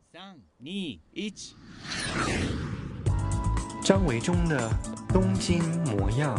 3、2、1。 张维中的东京模样。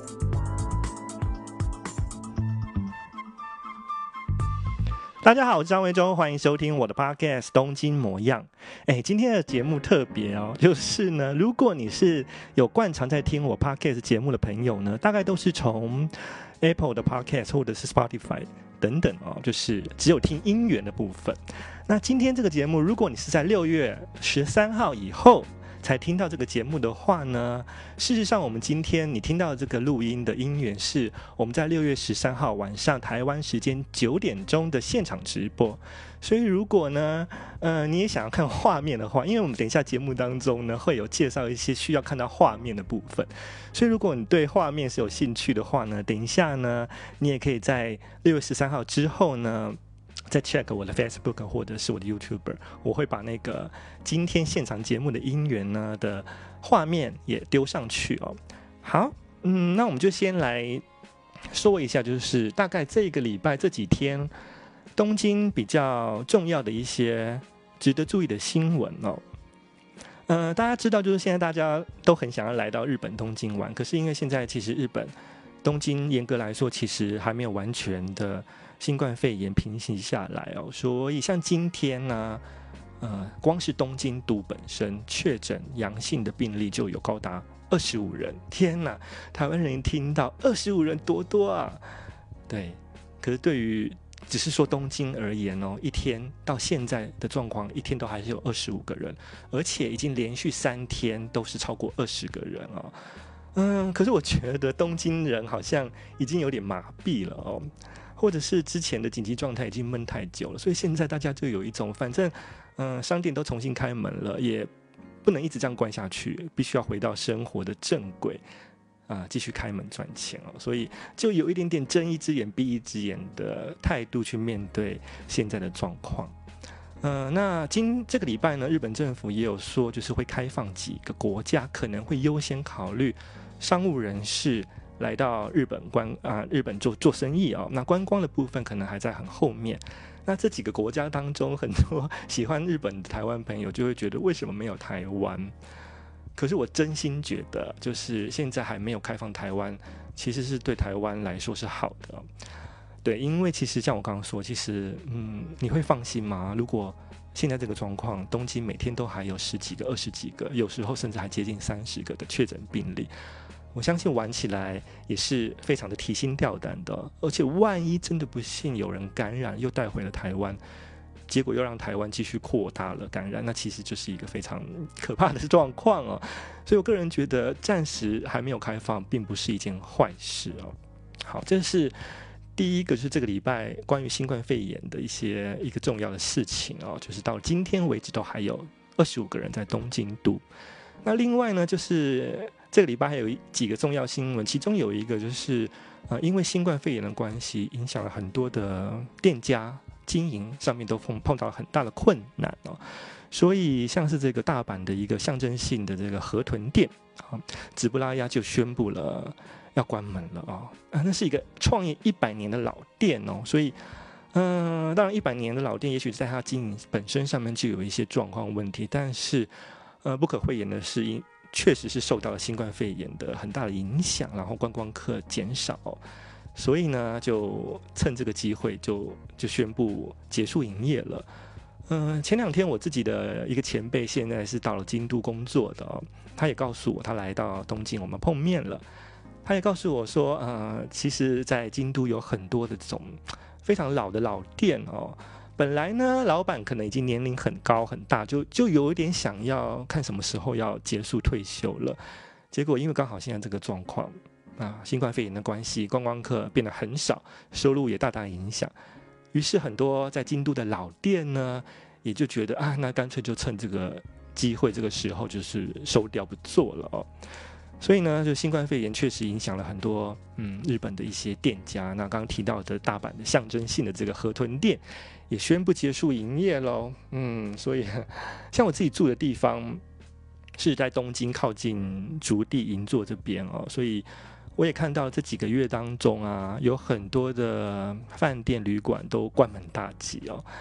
大家好，我是张维中，欢迎收听我的 podcast 东京模样。今天的节目特别哦，就是呢，如果你是有惯常在听我 podcast 节目的朋友呢，大概都是从 Apple 的 podcast 或者是 Spotify 等等哦，就是只有听音源的部分。那今天这个节目，如果你是在6月13号以后才听到这个节目的话呢，事实上我们今天你听到的这个录音的音源是我们在6月13号晚上台湾时间9点钟的现场直播。所以如果呢你也想要看画面的话，因为我们等一下节目当中呢会有介绍一些需要看到画面的部分，所以如果你对画面是有兴趣的话呢，等一下呢你也可以在6月13号之后呢再 check 我的 Facebook 或者是我的 YouTuber， 我会把那个今天现场节目的音源呢的画面也丢上去哦。好，那我们就先来说一下，就是大概这个礼拜这几天东京比较重要的一些值得注意的新闻哦。大家知道，就是现在大家都很想要来到日本东京玩，可是因为现在其实日本东京严格来说其实还没有完全的新冠肺炎平息下来哦，所以像今天呢，光是东京都本身确诊阳性的病例就有高达25人，天哪！台湾人听到25人多啊，对，可是对于只是说东京而言哦，一天到现在的状况，一天都还是有25个人，而且已经连续3天都是超过20个人哦。可是我觉得东京人好像已经有点麻痹了哦，或者是之前的紧急状态已经闷太久了，所以现在大家就有一种反正商店都重新开门了，也不能一直这样关下去，必须要回到生活的正轨继续开门赚钱哦，所以就有一点点睁一只眼闭一只眼的态度去面对现在的状况。那这个礼拜呢，日本政府也有说，就是会开放几个国家可能会优先考虑商务人士来到日本日本做生意哦。那观光的部分可能还在很后面。那这几个国家当中，很多喜欢日本的台湾朋友就会觉得，为什么没有台湾？可是我真心觉得，就是现在还没有开放台湾，其实是对台湾来说是好的哦。对，因为其实像我刚刚说，其实你会放心吗？如果现在这个状况，东京每天都还有10几个、20几个，有时候甚至还接近30个的确诊病例，我相信玩起来也是非常的提心吊胆的。而且万一真的不幸有人感染，又带回了台湾，结果又让台湾继续扩大了感染，那其实就是一个非常可怕的状况哦。所以我个人觉得，暂时还没有开放，并不是一件坏事哦。好，这是第一个，就是这个礼拜关于新冠肺炎的一个重要的事情哦，就是到今天为止都还有25个人在东京都。那另外呢，就是这个礼拜还有几个重要新闻，其中有一个就是因为新冠肺炎的关系，影响了很多的店家经营上面都碰到很大的困难哦。所以像是这个大阪的一个象征性的这个河豚店紫布拉亚就宣布了要关门了哦。那是一个创业100年的老店哦，所以当然100年的老店也许在它经营本身上面就有一些状况问题，但是不可讳言的是，确实是受到了新冠肺炎的很大的影响，然后观光客减少所以呢就趁这个机会就宣布结束营业了。前2天我自己的一个前辈现在是到了京都工作的哦，他也告诉我他来到东京我们碰面了，他也告诉我说其实在京都有很多的这种非常老的老店哦，本来呢老板可能已经年龄很高很大，就有一点想要看什么时候要结束退休了，结果因为刚好现在这个状况新冠肺炎的关系，观光客变得很少，收入也大大影响，于是很多在京都的老店呢也就觉得那干脆就趁这个机会这个时候就是收掉不做了哦。所以呢就新冠肺炎确实影响了很多日本的一些店家，那刚刚提到的大阪的象征性的这个河豚店也宣布结束营业咯。所以像我自己住的地方是在东京靠近竹地银座这边哦，所以我也看到这几个月当中有很多的饭店旅馆都关门大吉哦。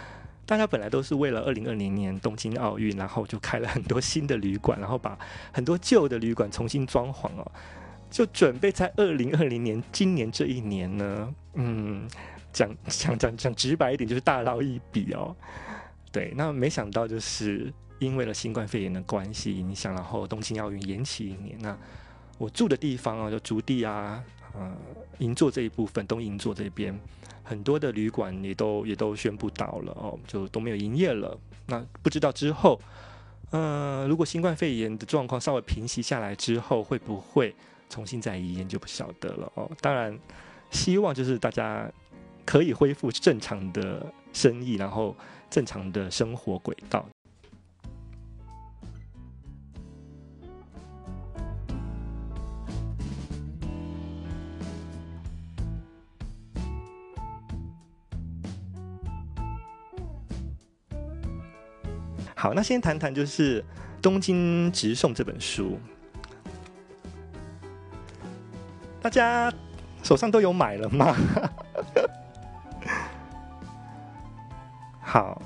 大家本来都是为了2020年东京奥运，然后就开了很多新的旅馆，然后把很多旧的旅馆重新装潢哦，就准备在2020年今年这一年呢，讲直白一点，就是大捞一笔哦。对，那没想到就是因为了新冠肺炎的关系影响，然后东京奥运延期1年。那我住的地方啊，就竹地啊，银座这一部分，东银座这边很多的旅馆也都宣布倒了哦，就都没有营业了。那不知道之后，如果新冠肺炎的状况稍微平息下来之后，会不会重新再营业就不晓得了哦。当然，希望就是大家可以恢复正常的生意，然后正常的生活轨道。好，那先谈谈就是《东京直送》这本书，大家手上都有买了吗？好，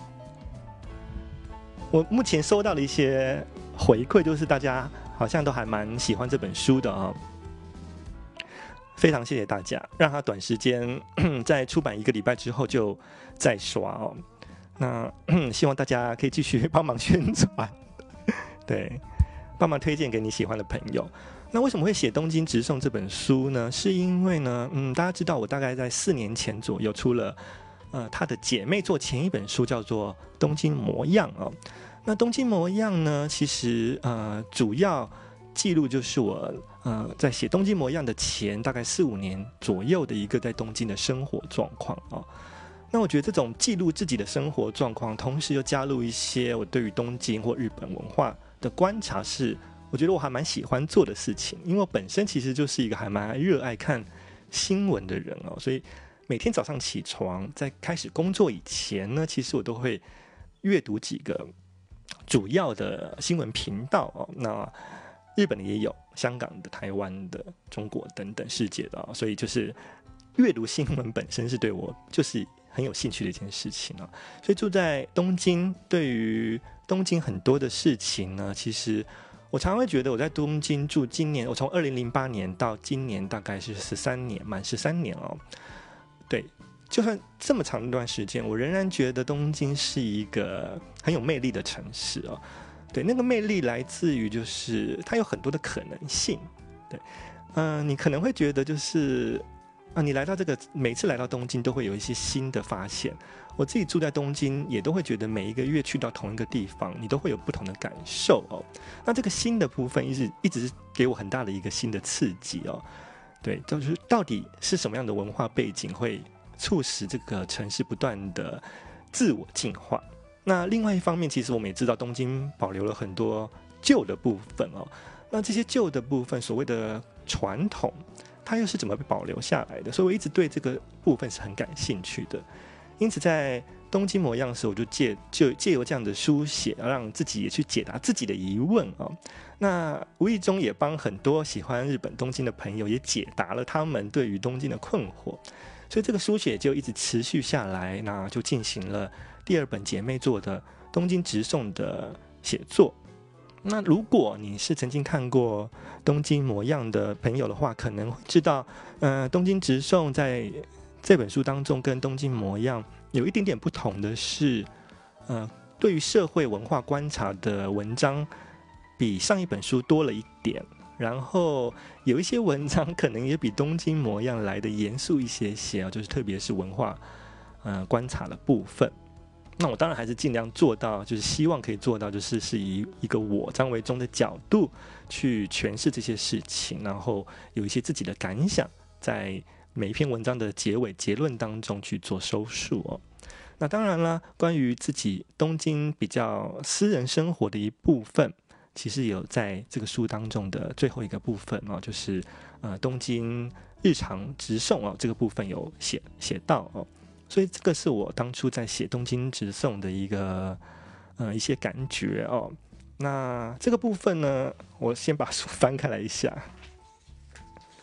我目前收到了一些回馈，就是大家好像都还蛮喜欢这本书的哦。非常谢谢大家，让它短时间在出版1个礼拜之后就再刷哦。那希望大家可以继续帮忙宣传，对，帮忙推荐给你喜欢的朋友。那为什么会写《东京直送》这本书呢？是因为呢，大家知道我大概在4年前左右出了他的姐妹作前一本书，叫做《东京模样》哦。那《东京模样》呢，其实主要记录就是我在写《东京模样》的前大概4-5年左右的一个在东京的生活状况哦。那我觉得这种记录自己的生活状况，同时又加入一些我对于东京或日本文化的观察，是我觉得我还蛮喜欢做的事情。因为我本身其实就是一个还蛮热爱看新闻的人哦，所以每天早上起床，在开始工作以前呢，其实我都会阅读几个主要的新闻频道哦。那日本的也有，香港的、台湾的、中国等等世界的哦，所以就是阅读新闻本身是对我就是很有兴趣的一件事情啊。所以住在东京，对于东京很多的事情呢，其实我常常会觉得我在东京住，今年我从2008年到今年大概是13年，满13年哦。对，就算这么长一段时间，我仍然觉得东京是一个很有魅力的城市哦。对，那个魅力来自于就是它有很多的可能性。对，你可能会觉得就是你来到每次来到东京都会有一些新的发现。我自己住在东京，也都会觉得每一个月去到同一个地方，你都会有不同的感受哦。那这个新的部分一直给我很大的一个新的刺激哦。对，就是到底是什么样的文化背景会促使这个城市不断的自我进化？那另外一方面，其实我们也知道东京保留了很多旧的部分哦。那这些旧的部分，所谓的传统，它又是怎么被保留下来的？所以我一直对这个部分是很感兴趣的。因此在东京模样的时候，我就借由这样的书写，让自己也去解答自己的疑问哦。那无意中也帮很多喜欢日本东京的朋友也解答了他们对于东京的困惑。所以这个书写就一直持续下来，那就进行了第2本姐妹作的《东京直送》的写作。那如果你是曾经看过《东京模样》的朋友的话，可能会知道，《东京直送》在这本书当中跟《东京模样》有一点点不同的是，对于社会文化观察的文章比上一本书多了一点，然后有一些文章可能也比《东京模样》来的严肃一些些，就是特别是文化观察的部分。那我当然还是尽量做到，就是希望可以做到，就是以一个我张维中的角度去诠释这些事情，然后有一些自己的感想，在每一篇文章的结尾结论当中去做收束哦。那当然啦，关于自己东京比较私人生活的一部分，其实有在这个书当中的最后一个部分哦，就是东京日常直送哦，这个部分有写到哦。所以这个是我当初在写《东京直送》的一些感觉哦。那这个部分呢，我先把书翻开来一下。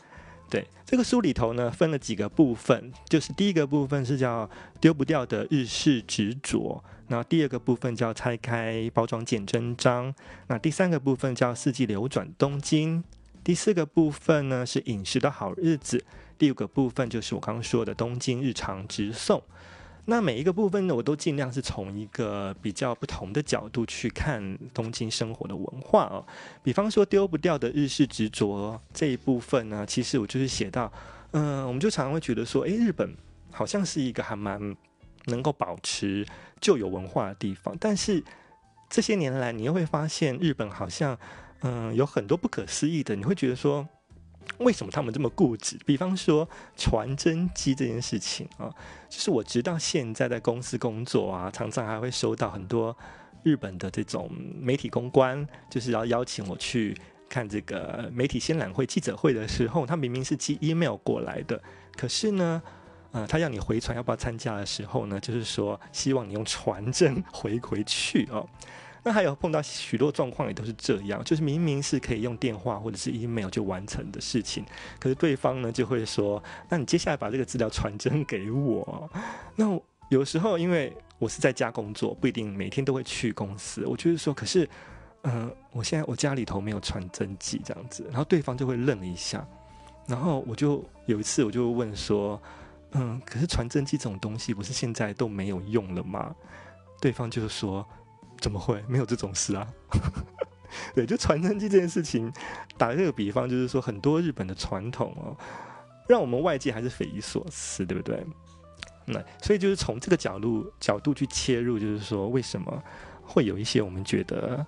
对，这个书里头呢分了几个部分，就是第一个部分是叫丢不掉的日式执着，然后第二个部分叫拆开包装见真章，那第三个部分叫四季流转东京，第四个部分呢是饮食的好日子，第五个部分就是我刚刚说的东京日常直送。那每一个部分呢，我都尽量是从一个比较不同的角度去看东京生活的文化哦。比方说丢不掉的日式执着这一部分呢，其实我就是写到，我们就常常会觉得说，日本好像是一个还蛮能够保持旧有文化的地方，但是这些年来，你又会发现日本好像，有很多不可思议的，你会觉得说，为什么他们这么固执？比方说传真机这件事情啊，就是我直到现在在公司工作啊，常常还会收到很多日本的这种媒体公关，就是要邀请我去看这个媒体宣览会、记者会的时候，他明明是寄 email 过来的，可是呢，他要你回传要不要参加的时候呢，就是说希望你用传真回去哦。那还有碰到许多状况也都是这样，就是明明是可以用电话或者是 email 就完成的事情，可是对方呢就会说，那你接下来把这个资料传真给我。那有时候因为我是在家工作，不一定每天都会去公司，我就是说，可是我现在我家里头没有传真机这样子，然后对方就会愣了一下，然后我就有一次我就问说，可是传真机这种东西不是现在都没有用了吗？对方就是说，怎么会没有这种事啊？对，就传真机这件事情，打这个比方，就是说很多日本的传统哦，让我们外界还是匪夷所思，对不对？那所以就是从这个角度去切入，就是说为什么会有一些我们觉得，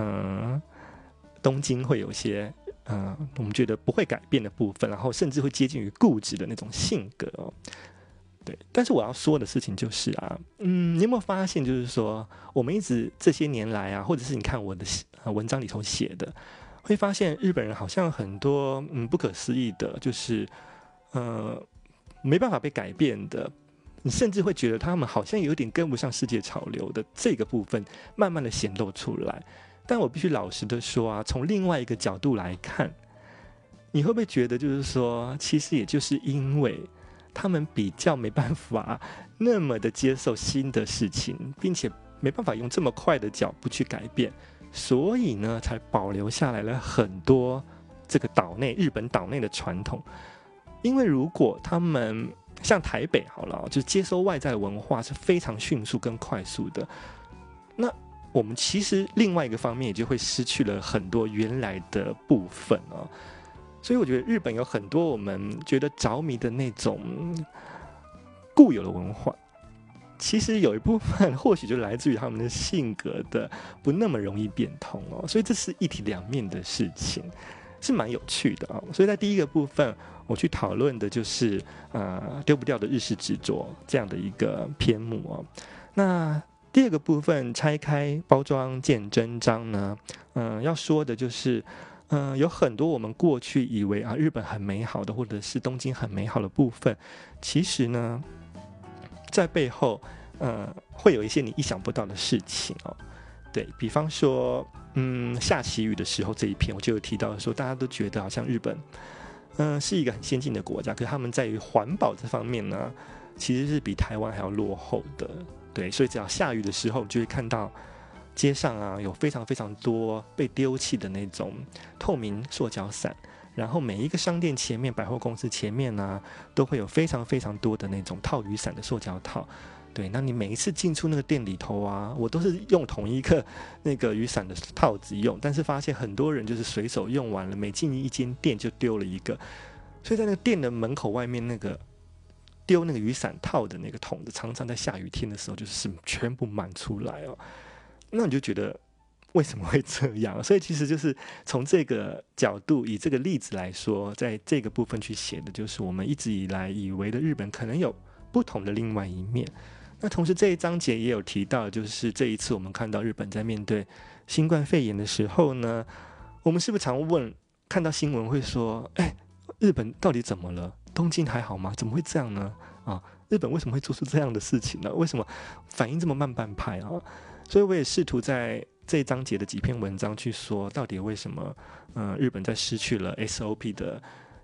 东京会有一些，我们觉得不会改变的部分，然后甚至会接近于固执的那种性格哦。对，但是我要说的事情就是啊，你有没有发现，就是说，我们一直这些年来啊，或者是你看我的文章里头写的，会发现日本人好像很多不可思议的，就是没办法被改变的，你甚至会觉得他们好像有点跟不上世界潮流的这个部分，慢慢的显露出来。但我必须老实的说啊，从另外一个角度来看，你会不会觉得，就是说，其实也就是因为他们比较没办法那么的接受新的事情，并且没办法用这么快的脚步去改变，所以呢，才保留下来了很多这个日本岛内的传统。因为如果他们像台北好了，就是接收外在的文化是非常迅速跟快速的，那我们其实另外一个方面也就会失去了很多原来的部分哦。所以我觉得日本有很多我们觉得着迷的那种固有的文化，其实有一部分或许就来自于他们的性格的不那么容易变通哦。所以这是一体两面的事情，是蛮有趣的哦。所以在第一个部分，我去讨论的就是丢不掉的日式执着这样的一个篇目哦。那第二个部分拆开包装见真章呢，要说的就是。有很多我们过去以为日本很美好的，或者是东京很美好的部分，其实呢，在背后，会有一些你意想不到的事情哦。对，比方说，下旗雨的时候这一篇，我就有提到说，大家都觉得好像日本，是一个很先进的国家，可是他们在于环保这方面呢，其实是比台湾还要落后的。对，所以只要下雨的时候，就会看到。街上啊，有非常非常多被丢弃的那种透明塑胶伞，然后每一个商店前面、百货公司前面呢，都会有非常非常多的那种套雨伞的塑胶套。对，那你每一次进出那个店里头啊，我都是用同一个那个雨伞的套子用，但是发现很多人就是随手用完了，每进一间店就丢了一个，所以在那个店的门口外面那个丢那个雨伞套的那个桶子，常常在下雨天的时候就是全部满出来哦。那你就觉得为什么会这样？所以其实就是从这个角度，以这个例子来说，在这个部分去写的就是我们一直以来以为的日本可能有不同的另外一面。那同时这一章节也有提到，就是这一次我们看到日本在面对新冠肺炎的时候呢，我们是不是常看到新闻会说，日本到底怎么了？东京还好吗？怎么会这样呢？日本为什么会做出这样的事情呢？为什么反应这么慢半拍啊？所以我也试图在这一章节的几篇文章去说，到底为什么日本在失去了 SOP 的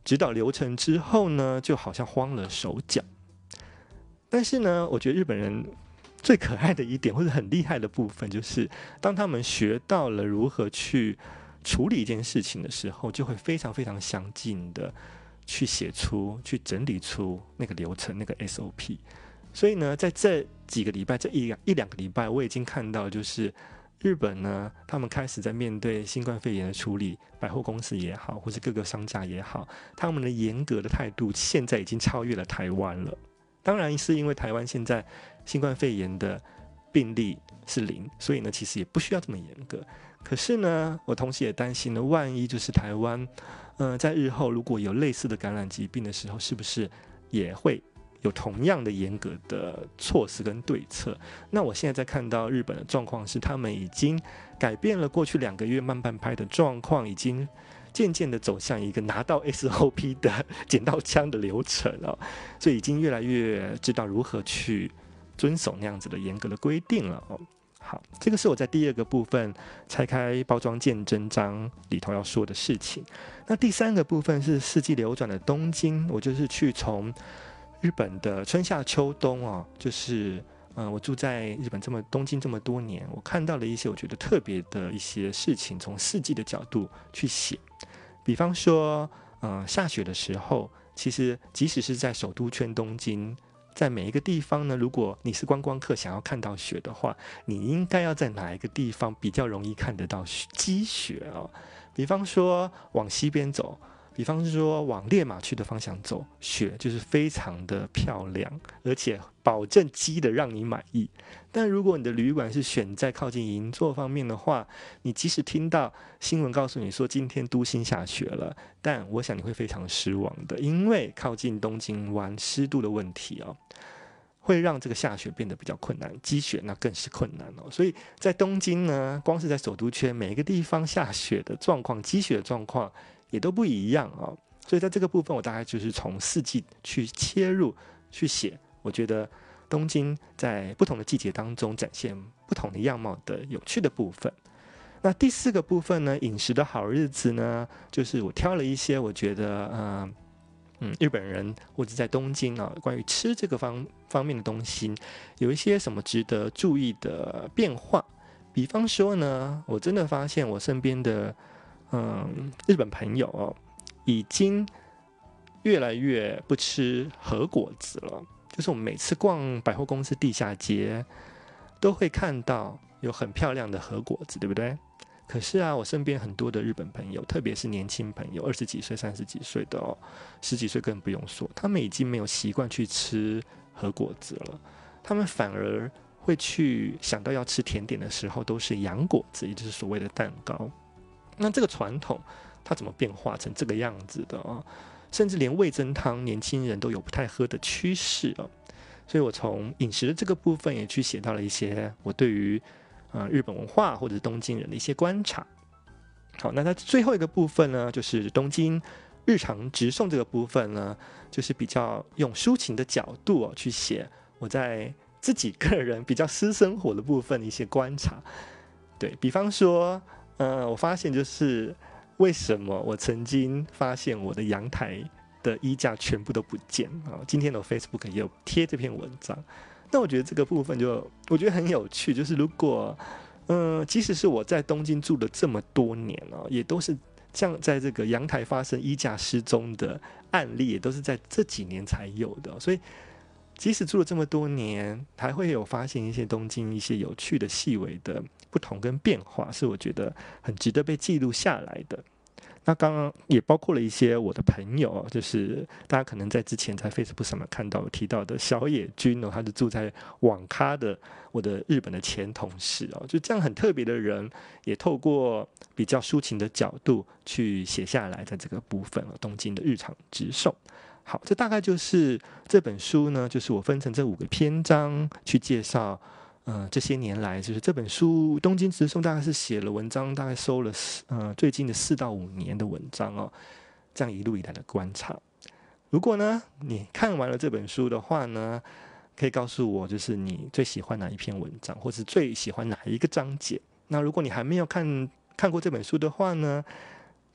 指导流程之后呢，就好像慌了手脚。但是呢，我觉得日本人最可爱的一点或者很厉害的部分，就是当他们学到了如何去处理一件事情的时候，就会非常非常详尽的去写出、去整理出那个流程、那个 SOP。所以呢，在这几个礼拜、这一两个礼拜，我已经看到，就是日本呢，他们开始在面对新冠肺炎的处理，百货公司也好，或是各个商家也好，他们的严格的态度，现在已经超越了台湾了。当然是因为台湾现在新冠肺炎的病例是0，所以呢，其实也不需要这么严格。可是呢，我同时也担心了，万一就是台湾，在日后如果有类似的感染疾病的时候，是不是也会有同样的严格的措施跟对策？那我现在在看到日本的状况是，他们已经改变了过去2个月慢半拍的状况，已经渐渐的走向一个拿到 SOP 的捡到枪的流程哦，所以已经越来越知道如何去遵守那样子的严格的规定了哦。好，这个是我在第2个部分拆开包装见真章里头要说的事情。那第3个部分是四季流转的东京，我就是去从日本的春夏秋冬哦，就是我住在日本东京这么多年，我看到了一些我觉得特别的一些事情，从四季的角度去写。比方说，下雪的时候，其实即使是在首都圈东京，在每一个地方呢，如果你是观光客想要看到雪的话，你应该要在哪一个地方比较容易看得到积雪哦？比方说往西边走，比方说往烈马区的方向走，雪就是非常的漂亮，而且保证积的让你满意。但如果你的旅馆是选在靠近银座方面的话，你即使听到新闻告诉你说今天都心下雪了，但我想你会非常失望的，因为靠近东京湾湿度的问题哦，会让这个下雪变得比较困难，积雪那更是困难哦。所以在东京呢，光是在首都圈每一个地方下雪的状况、积雪的状况也都不一样哦。所以在这个部分，我大概就是从四季去切入去写，我觉得东京在不同的季节当中展现不同的样貌的有趣的部分。那第4个部分呢，饮食的好日子呢，就是我挑了一些我觉得日本人或者在东京啊，关于吃这个方面的东西，有一些什么值得注意的变化。比方说呢，我真的发现我身边的日本朋友哦，已经越来越不吃和果子了。就是我们每次逛百货公司地下街，都会看到有很漂亮的和果子，对不对？可是啊，我身边很多的日本朋友，特别是年轻朋友，20几岁、30几岁的哦，10几岁更不用说，他们已经没有习惯去吃和果子了，他们反而会去想到要吃甜点的时候，都是洋果子，也就是所谓的蛋糕。那这个传统，它怎么变化成这个样子的哦？甚至连味噌汤，年轻人都有不太喝的趋势哦。所以我从饮食的这个部分也去写到了一些我对于日本文化或者是东京人的一些观察。好，那它最后一个部分呢，就是东京日常直送这个部分呢，就是比较用抒情的角度去写我在自己个人比较私生活的部分的一些观察。对，比方说，我发现就是为什么我曾经发现我的阳台的衣架全部都不见啊？今天的 Facebook 也有贴这篇文章。那我觉得这个部分我觉得很有趣，就是如果即使是我在东京住了这么多年哦，也都是像在这个阳台发生衣架失踪的案例，也都是在这几年才有的哦。所以即使住了这么多年，还会有发现一些东京一些有趣的细微的不同跟变化，是我觉得很值得被记录下来的。那刚刚也包括了一些我的朋友，就是大家可能在之前在 Facebook 上面看到有提到的小野君哦，他是住在网咖的我的日本的前同事哦，就这样很特别的人，也透过比较抒情的角度去写下来，在这个部分东京的日常直送。好，这大概就是这本书呢，就是我分成这5个篇章去介绍。这些年来，就是这本书《东京直送》大概是写了文章，大概收了最近的4到5年的文章哦，这样一路以来的观察。如果呢你看完了这本书的话呢，可以告诉我，就是你最喜欢哪一篇文章，或是最喜欢哪一个章节。那如果你还没有看过这本书的话呢，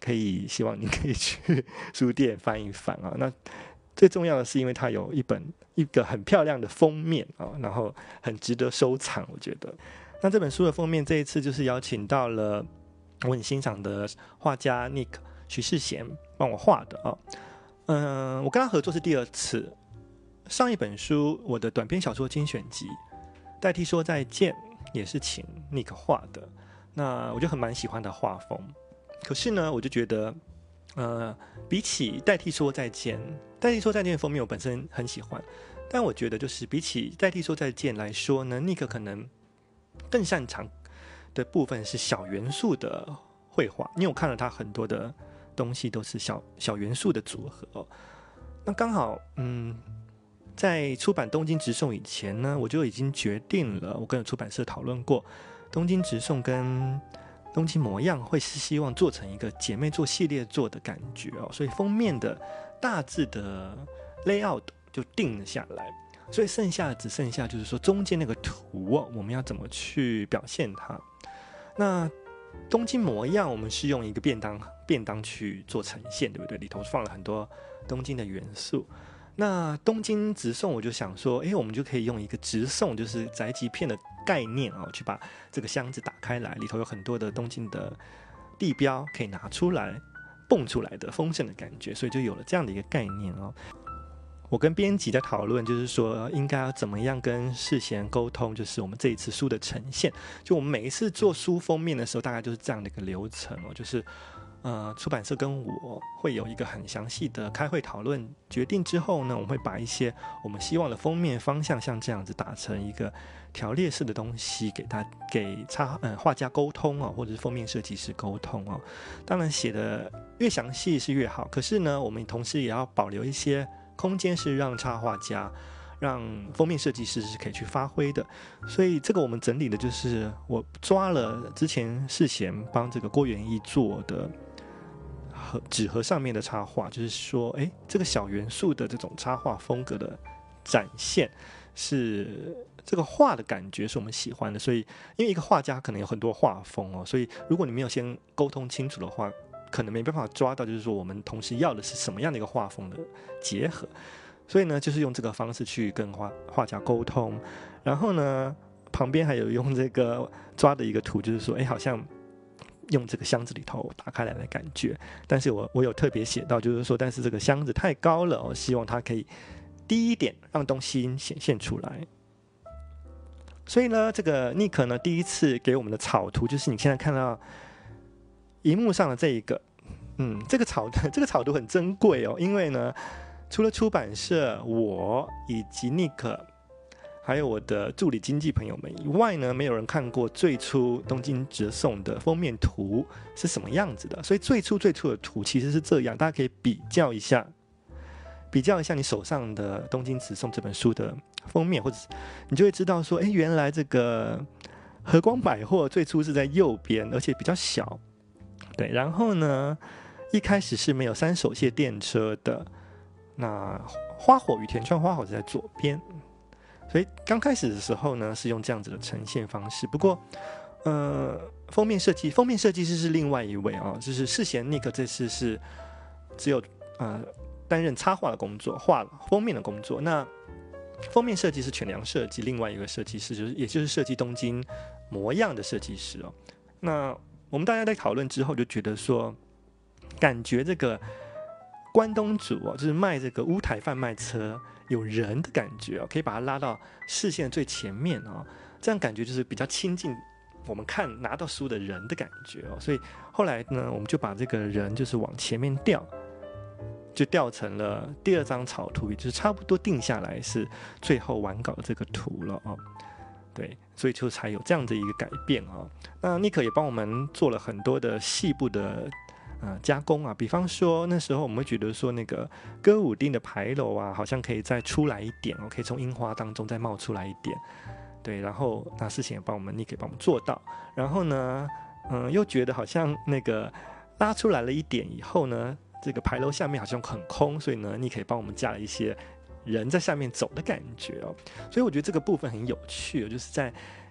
希望你可以去书店翻一翻啊。那最重要的是，因为它有一个很漂亮的封面啊，然后很值得收藏，我觉得。那这本书的封面这一次就是邀请到了我很欣赏的画家 Nick 徐世贤帮我画的啊。我跟他合作是第2次，上一本书我的短篇小说精选集代替说再见也是请 Nick 画的，那我就蛮喜欢他画风。可是呢，我就觉得比起代替说再见的封面我本身很喜欢，但我觉得就是比起代替说再见来说呢，Nick 可能更擅长的部分是小元素的绘画，因为我看了他很多的东西都是小元素的组合哦。那刚好在出版东京直送以前呢，我就已经决定了，我跟出版社讨论过，东京直送跟东京模样会是希望做成一个姐妹作系列作的感觉哦，所以封面的大致的 layout 就定了下来，所以只剩下就是说中间那个图哦，我们要怎么去表现它。那东京模样我们是用一个便当去做呈现，对不对？里头放了很多东京的元素。那东京直送我就想说，我们就可以用一个直送，就是宅急片的概念哦，去把这个箱子打开来，里头有很多的东京的地标可以拿出来蹦出来的丰盛的感觉，所以就有了这样的一个概念哦。我跟编辑在讨论，就是说应该要怎么样跟世贤沟通，就是我们这一次书的呈现。就我们每一次做书封面的时候，大概就是这样的一个流程哦，就是出版社跟我会有一个很详细的开会讨论，决定之后呢，我们会把一些我们希望的封面方向像这样子打成一个条列式的东西给画家沟通哦，或者是封面设计师沟通哦。当然写的越详细是越好，可是呢，我们同时也要保留一些空间是让插画家、让封面设计师是可以去发挥的，所以这个我们整理的就是我抓了之前世贤帮这个郭元义做的纸盒上面的插画，就是说，这个小元素的这种插画风格的展现，是这个画的感觉是我们喜欢的。所以，因为一个画家可能有很多画风哦，所以如果你没有先沟通清楚的话，可能没办法抓到，就是说我们同时要的是什么样的一个画风的结合。所以呢，就是用这个方式去跟画家沟通。然后呢，旁边还有用这个抓的一个图，就是说，好像用这个箱子里头打开来的感觉。但是我有特别写到，就是说，但是这个箱子太高了，我希望它可以低一点，让东西显现出来。所以呢，这个 Nick 呢，第一次给我们的草图，就是你现在看到荧幕上的这一个，这个草图很珍贵哦，因为呢，除了出版社、我以及 Nick， 还有我的助理经纪朋友们以外呢，没有人看过最初东京直送的封面图是什么样子的。所以最初的图其实是这样，大家可以比较一下你手上的东京直送这本书的封面，或者你就会知道说，原来这个和光百货最初是在右边，而且比较小。对，然后呢，一开始是没有3手线电车的。那羽田川花火是在左边，所以刚开始的时候呢，是用这样子的呈现方式。不过，封面设计师是另外一位啊，就是世贤 Nick 这次是只有担任插画的工作，画封面的工作。那封面设计是全良设计，另外一个设计师也就是设计东京模样的设计师哦。那我们大家在讨论之后就觉得说，感觉这个关东煮哦，就是卖这个乌台贩卖车有人的感觉哦，可以把它拉到视线最前面哦，这样感觉就是比较亲近我们拿到书的人的感觉哦。所以后来呢，我们就把这个人就是往前面调，就调成了第2张草图，也就是差不多定下来是最后完稿的这个图了哦。对，所以就才有这样的一个改变哦。那 Nick 也帮我们做了很多的细部的加工啊，比方说那时候我们会觉得说那个歌舞町的牌楼啊，好像可以再出来一点哦，可以从樱花当中再冒出来一点。对，然后那事情也帮我们，你可以帮我们做到。然后呢，又觉得好像那个拉出来了一点以后呢，这个牌楼下面好像很空，所以呢，你可以帮我们加了一些人在下面走的感觉哦。所以我觉得这个部分很有趣，就是在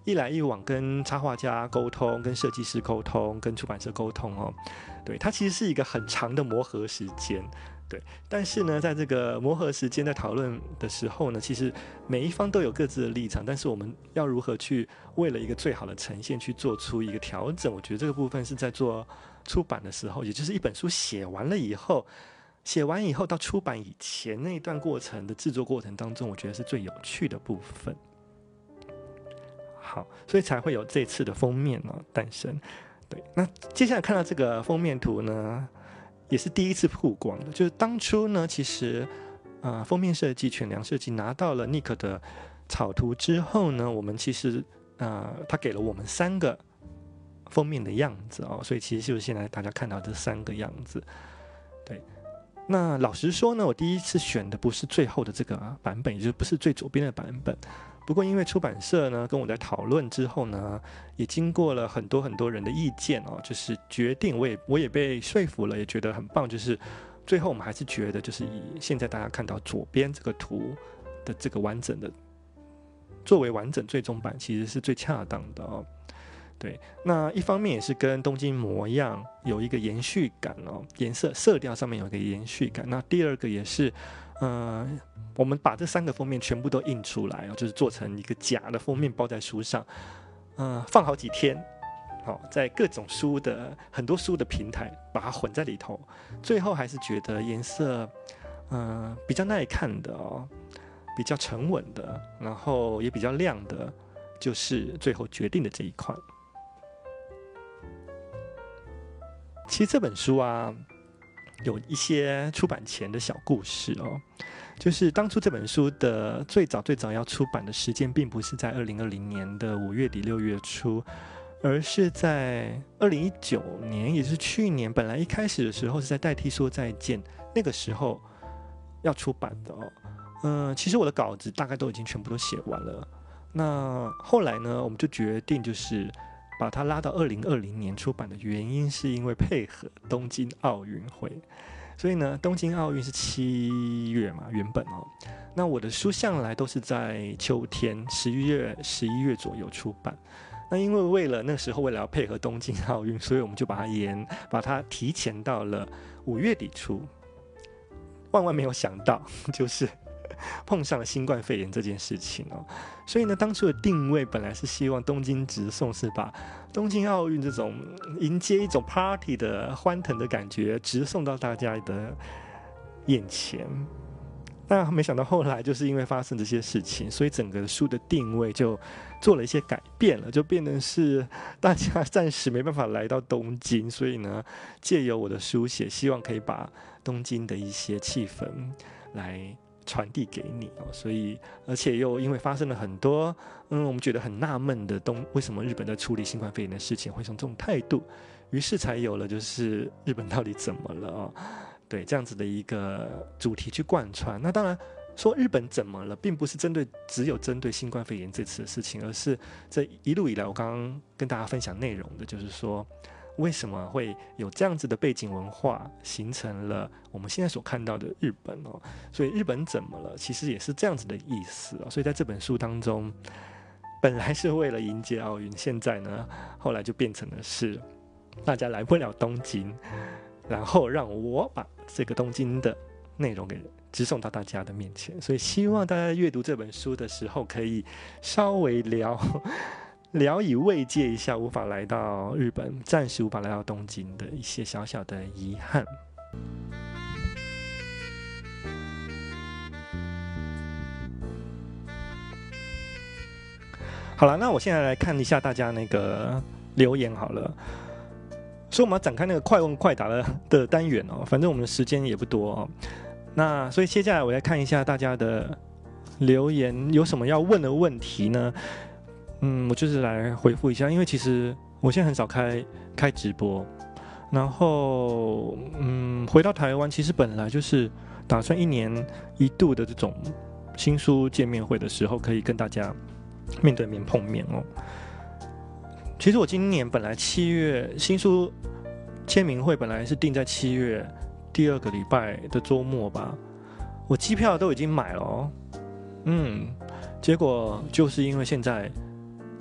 一来一往跟插画家沟通、跟设计师沟通、跟出版社沟通哦。对，它其实是一个很长的磨合时间。对，但是呢，在这个磨合时间在讨论的时候呢，其实每一方都有各自的立场，但是我们要如何去为了一个最好的呈现去做出一个调整，我觉得这个部分是在做出版的时候，也就是一本书写完以后到出版以前那一段过程的制作过程当中，我觉得是最有趣的部分。好，所以才会有这次的封面诞生。对，那接下来看到这个封面图呢，也是第一次曝光的，就是当初呢，其实封面设计犬粮设计拿到了 Nick 的草图之后呢，我们其实他给了我们3个封面的样子哦，所以其实就是现在大家看到这3个样子。对，那老实说呢，我第一次选的不是最后的这个版本，也就是不是最左边的版本。不过因为出版社呢跟我在讨论之后呢，也经过了很多人的意见哦，就是决定我也被说服了，也觉得很棒，就是最后我们还是觉得就是以现在大家看到左边这个图的这个完整的作为完整最终版其实是最恰当的哦。对，那一方面也是跟东京模样有一个延续感哦，颜色色调上面有一个延续感。那第二个也是我们把这3个封面全部都印出来哦，就是做成一个假的封面包在书上，放好几天，在各种很多书的平台把它混在里头，最后还是觉得颜色比较耐看的哦，比较沉稳的，然后也比较亮的，就是最后决定的这一款。其实这本书有一些出版前的小故事哦，就是当初这本书的最早要出版的时间，并不是在2020年的5月底6月初，而是在2019年，也就是去年。本来一开始的时候是在代替说再见那个时候要出版的哦。其实我的稿子大概都已经全部都写完了。那后来呢，我们就决定就是把它拉到2020年出版的原因，是因为配合东京奥运会。所以呢，东京奥运是7月嘛，原本哦。那我的书向来都是在秋天11月左右出版。那因为那时候为了要配合东京奥运，所以我们就把它提前到了5月底出。万万没有想到，就是碰上了新冠肺炎这件事情哦。所以呢，当初的定位本来是希望东京直送，是把东京奥运这种迎接一种 party 的欢腾的感觉直送到大家的眼前。那没想到后来就是因为发生这些事情，所以整个书的定位就做了一些改变了，就变成是大家暂时没办法来到东京，所以呢，借由我的书写，希望可以把东京的一些气氛来传递给你哦。所以而且又因为发生了很多我们觉得很纳闷的为什么日本在处理新冠肺炎的事情会用这种态度，于是才有了就是日本到底怎么了哦。对，这样子的一个主题去贯穿。那当然说日本怎么了，并不是只有针对新冠肺炎这次的事情，而是这一路以来我刚刚跟大家分享内容的，就是说为什么会有这样子的背景文化形成了我们现在所看到的日本哦。所以日本怎么了，其实也是这样子的意思哦。所以在这本书当中，本来是为了迎接奥运，现在呢，后来就变成了是大家来不了东京，然后让我把这个东京的内容给直送到大家的面前。所以希望大家阅读这本书的时候，可以稍微聊以慰藉一下无法来到日本，暂时无法来到东京的一些小小的遗憾。好了，那我现在来看一下大家那个留言好了。所以我们要展开那个快问快答的单元哦，反正我们的时间也不多哦。那所以接下来我来看一下大家的留言，有什么要问的问题呢？我就是来回复一下，因为其实我现在很少开直播，然后回到台湾，其实本来就是打算1年1度的这种新书见面会的时候，可以跟大家面对面碰面哦。其实我今年本来7月新书签名会本来是定在7月第2个礼拜的周末吧，我机票都已经买了哦。结果就是因为现在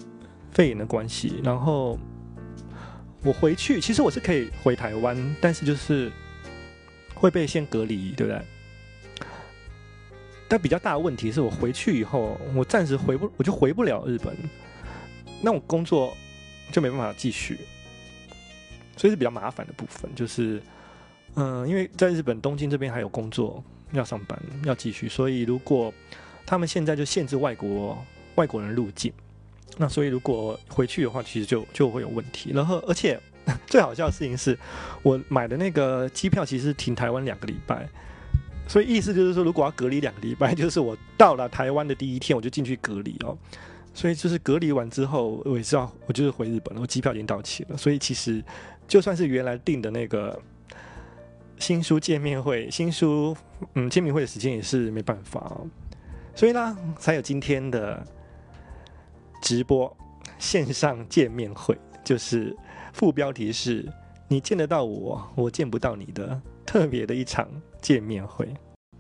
肺炎的关系，然后我回去，其实我是可以回台湾，但是就是会被先隔离，对不对？但比较大的问题是我回去以后，我暂时我就回不了日本，那我工作就没办法继续，所以是比较麻烦的部分，就是因为在日本东京这边还有工作要上班要继续，所以如果他们现在就限制外国人入境，那所以如果回去的话，其实就会有问题。然后而且最好笑的事情是，我买的那个机票其实是停台湾2个礼拜，所以意思就是说，如果要隔离2个礼拜，就是我到了台湾的第一天我就进去隔离哦。所以就是隔离完之后，我就是回日本了，我机票已经到期了。所以其实就算是原来订的那个新书见面会、新书签名会的时间也是没办法哦。所以呢，才有今天的直播线上见面会，就是副标题是“你见得到我，我见不到你”的特别的一场见面会。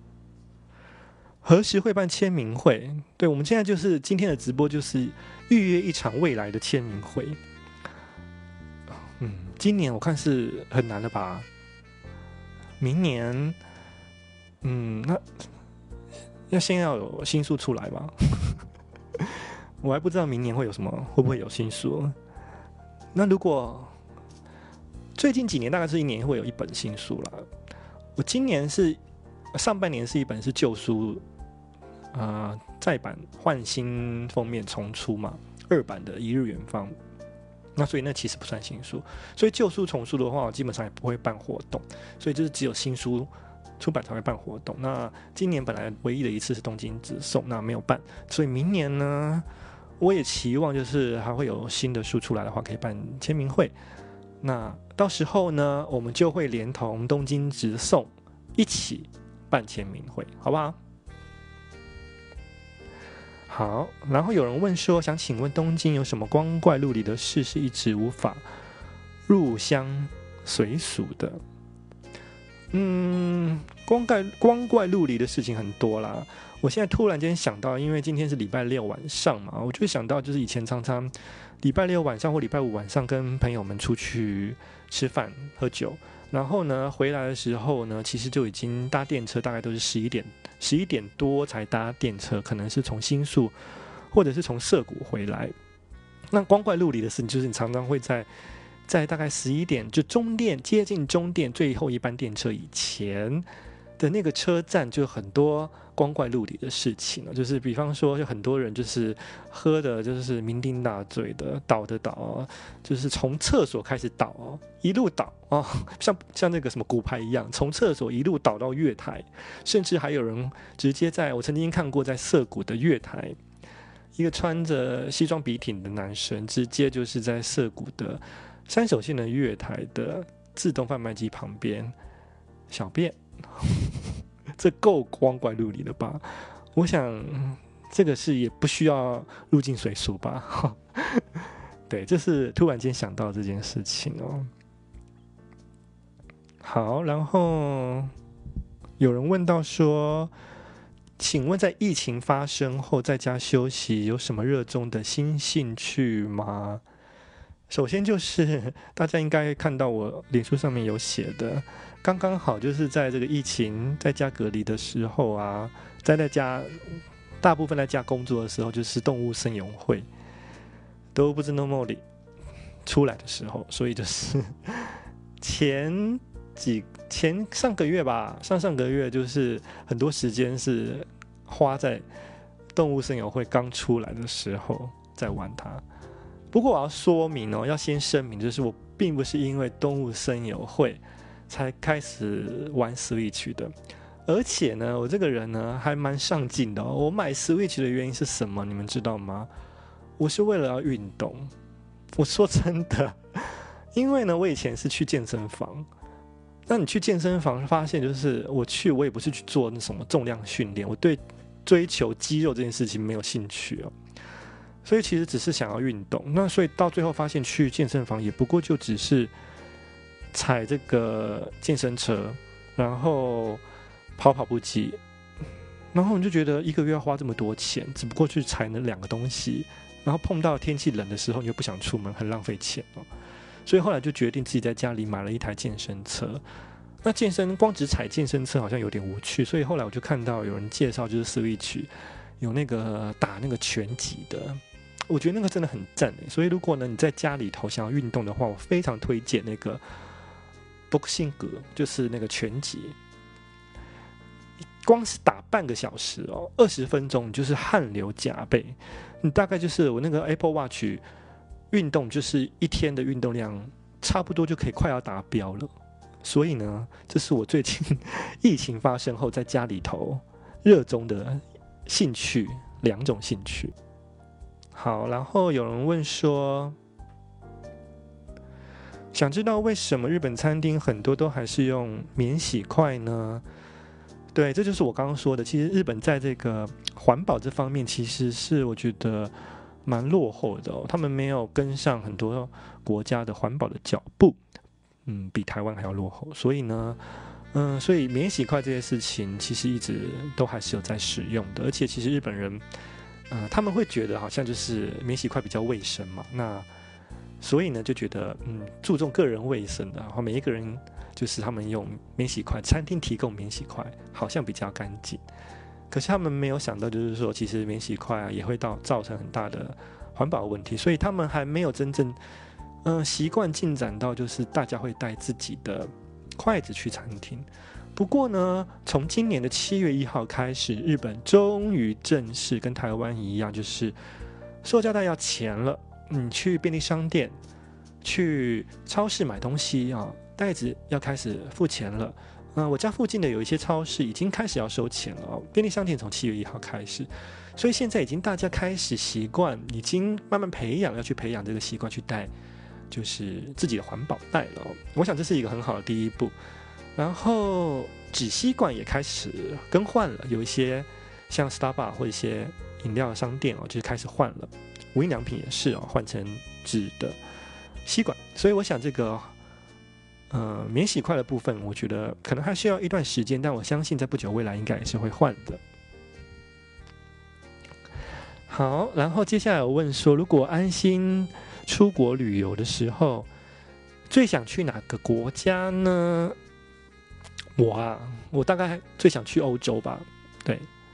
何时会办签名会？对，我们现在就是今天的直播，就是预约一场未来的签名会。今年我看是很难了吧？明年，那先要有新书出来吧。我还不知道明年会有什么，会不会有新书？那如果最近几年大概是1年会有1本新书啦。我今年是上半年是一本是旧书，再版换新封面重出嘛，2版的《一日远方》。那所以那其实不算新书，所以旧书重出的话，我基本上也不会办活动，所以就是只有新书出版才会办活动。那今年本来唯一的一次是东京直送，那没有办，所以明年呢，我也期望就是还会有新的书出来的话，可以办签名会。那到时候呢，我们就会连同东京直送一起办签名会，好不好？好，然后有人问说，想请问东京有什么光怪陆离的事是一直无法入乡随俗的？光怪陆离的事情很多啦。我现在突然间想到，因为今天是礼拜6晚上嘛，我就会想到，就是以前常常礼拜6晚上或礼拜5晚上跟朋友们出去吃饭喝酒，然后呢回来的时候呢，其实就已经搭电车，大概都是11点多才搭电车，可能是从新宿或者是从涩谷回来。那光怪陆离的事情就是你常常会在大概11点就接近终电最后一班电车以前的那个车站，就很多光怪陆离的事情了。就是比方说，就很多人就是喝的就是酩酊大醉的，倒的倒，就是从厕所开始倒一路倒像那个什么骨牌一样，从厕所一路倒到月台，甚至还有人直接我曾经看过在涩谷的月台，一个穿着西装笔挺的男生，直接就是在涩谷的山手线的月台的自动贩卖机旁边小便。这够光怪陆离了吧？我想这个是也不需要入境随俗吧。对，这是突然间想到这件事情哦。好，然后有人问到说，请问在疫情发生后在家休息有什么热衷的新兴趣吗？首先就是大家应该看到我脸书上面有写的，刚刚好就是在这个疫情在家隔离的时候啊，在家大部分在家工作的时候，就是动物森友会都不知 no more 出来的时候，所以就是上个月吧，上个月就是很多时间是花在动物森友会刚出来的时候在玩它。不过我要说明要先声明，就是我并不是因为动物森友会才开始玩 Switch 的，而且呢，我这个人呢还蛮上进的我买 Switch 的原因是什么？你们知道吗？我是为了要运动。我说真的，因为呢，我以前是去健身房。那你去健身房发现，就是我也不是去做那什么重量训练，我对追求肌肉这件事情没有兴趣所以其实只是想要运动，那所以到最后发现去健身房也不过就只是踩这个健身车，然后跑步机，然后你就觉得一个月要花这么多钱，只不过去踩那2个东西， 然后碰到天气冷的时候，你又不想出门，很浪费钱哦。所以后来就决定自己在家里买了一台健身车。那光只踩健身车好像有点无趣，所以后来我就看到有人介绍，就是 Switch 有那个打那个拳击的，我觉得那个真的很赞耶。所以如果呢你在家里头想要运动的话，我非常推荐那个 Boxing 格，就是那个拳击。光是打半个小时哦，20分钟，你就是汗流浃背。你大概就是我那个 Apple Watch 运动，就是一天的运动量差不多就可以快要达标了。所以呢，这是我最近疫情发生后在家里头热衷的兴趣，2种兴趣。好，然后有人问说，想知道为什么日本餐厅很多都还是用免洗筷呢？对，这就是我刚刚说的，其实日本在这个环保这方面其实是我觉得蛮落后的哦，他们没有跟上很多国家的环保的脚步。比台湾还要落后，所以呢，所以免洗筷这些事情其实一直都还是有在使用的，而且其实日本人，他们会觉得好像就是免洗筷比较卫生嘛，那所以呢就觉得注重个人卫生的，然后每一个人就是他们用免洗筷，餐厅提供免洗筷好像比较干净，可是他们没有想到就是说，其实免洗筷也会造成很大的环保问题，所以他们还没有真正。习惯进展到就是大家会带自己的筷子去餐厅。不过呢，从今年的7月1号开始，日本终于正式跟台湾一样，就是塑胶袋要钱了。你去便利商店、去超市买东西啊，袋子要开始付钱了。我家附近的有一些超市已经开始要收钱了哦。便利商店从7月1号开始，所以现在已经大家开始习惯，已经慢慢要去培养这个习惯，去带。就是自己的环保袋了哦，我想这是一个很好的第一步。然后纸吸管也开始更换了，有一些像 Starbucks 或一些饮料商店哦，就是开始换了。无印良品也是哦，换成纸的吸管。所以我想这个免洗筷的部分，我觉得可能还需要一段时间，但我相信在不久未来应该也是会换的。好，然后接下来我问说，如果安心出国旅游的时候，最想去哪个国家呢？我大概最想去欧洲吧。对，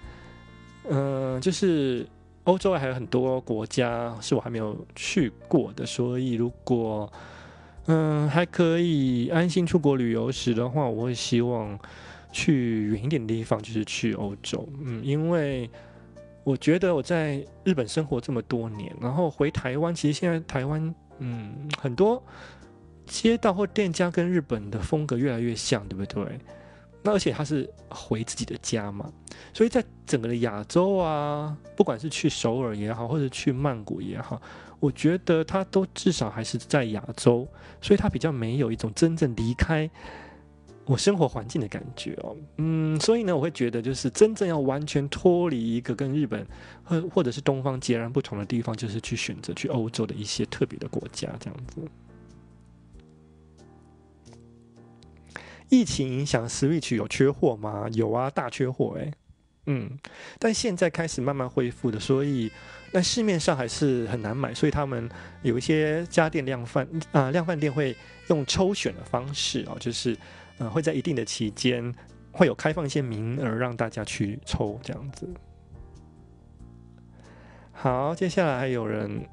就是欧洲还有很多国家是我还没有去过的，所以如果还可以安心出国旅游时的话，我会希望去远一点的地方，就是去欧洲。因为我觉得我在日本生活这么多年，然后回台湾，其实现在台湾很多街道或店家跟日本的风格越来越像，对不对？那而且他是回自己的家嘛，所以在整个的亚洲啊，不管是去首尔也好，或者去曼谷也好，我觉得他都至少还是在亚洲，所以他比较没有一种真正离开我生活环境的感觉哦。所以呢，我会觉得就是真正要完全脱离一个跟日本或者是东方截然不同的地方，就是去选择去欧洲的一些特别的国家这样子。疫情影响 Switch 有缺货吗？有啊，大缺货但现在开始慢慢恢复的，所以那市面上还是很难买，所以他们有一些家电量贩店会用抽选的方式哦，就是会在一定的期间会有开放一些名额让大家去抽这样子。好，接下来还有人，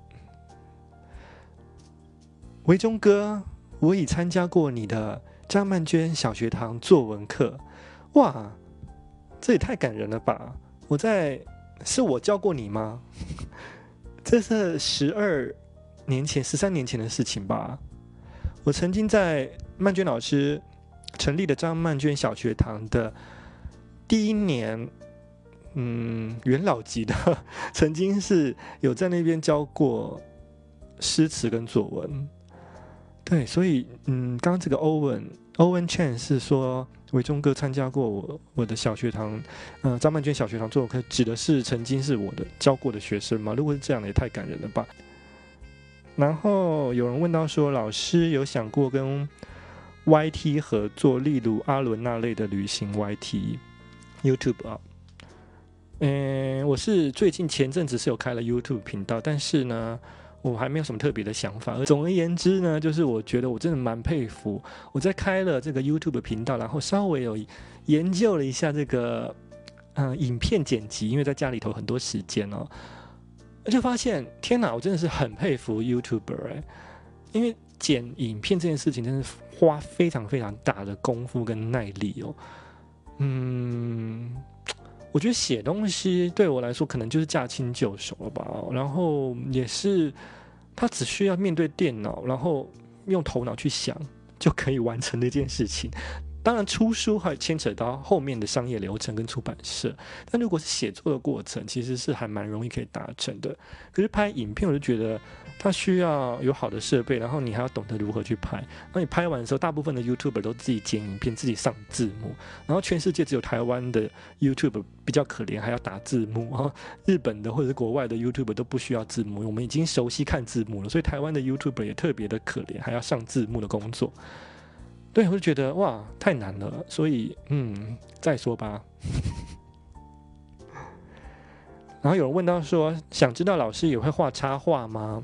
维中哥，我已参加过你的张曼娟小学堂作文课，哇，这也太感人了吧！是我教过你吗？这是13年前的事情吧。我曾经在曼娟老师成立的张曼娟小学堂的第1年，元老级的，曾经是有在那边教过诗词跟作文。对，所以刚刚这个Owen Chen 是说伟忠哥参加过我的小学堂，张曼娟小学堂作文课，指的是曾经是我的教过的学生吗？如果是这样的，也太感人了吧。然后有人问到说，老师有想过跟 YT 合作，例如阿伦那类的旅行 YT YouTube 啊？ 我是最近前阵子是有开了 YouTube 频道，但是呢，我还没有什么特别的想法。总而言之呢，就是我觉得我真的蛮佩服，我在开了这个 YouTube 频道，然后稍微有研究了一下这个影片剪辑，因为在家里头很多时间哦，就发现天哪，我真的是很佩服 YouTuber 因为剪影片这件事情真是花非常非常大的功夫跟耐力哦。我觉得写东西对我来说可能就是驾轻就熟了吧，然后也是他只需要面对电脑，然后用头脑去想就可以完成的一件事情。当然出书还牵扯到后面的商业流程跟出版社，但如果是写作的过程，其实是还蛮容易可以达成的。可是拍影片，我就觉得它需要有好的设备，然后你还要懂得如何去拍。那你拍完的时候，大部分的 YouTuber 都自己剪影片，自己上字幕，然后全世界只有台湾的 YouTuber 比较可怜，还要打字幕。然后日本的或者是国外的 YouTuber 都不需要字幕，我们已经熟悉看字幕了，所以台湾的 YouTuber 也特别的可怜，还要上字幕的工作。对，我就觉得哇，太难了，所以再说吧。然后有人问到说，想知道老师也会画插画吗？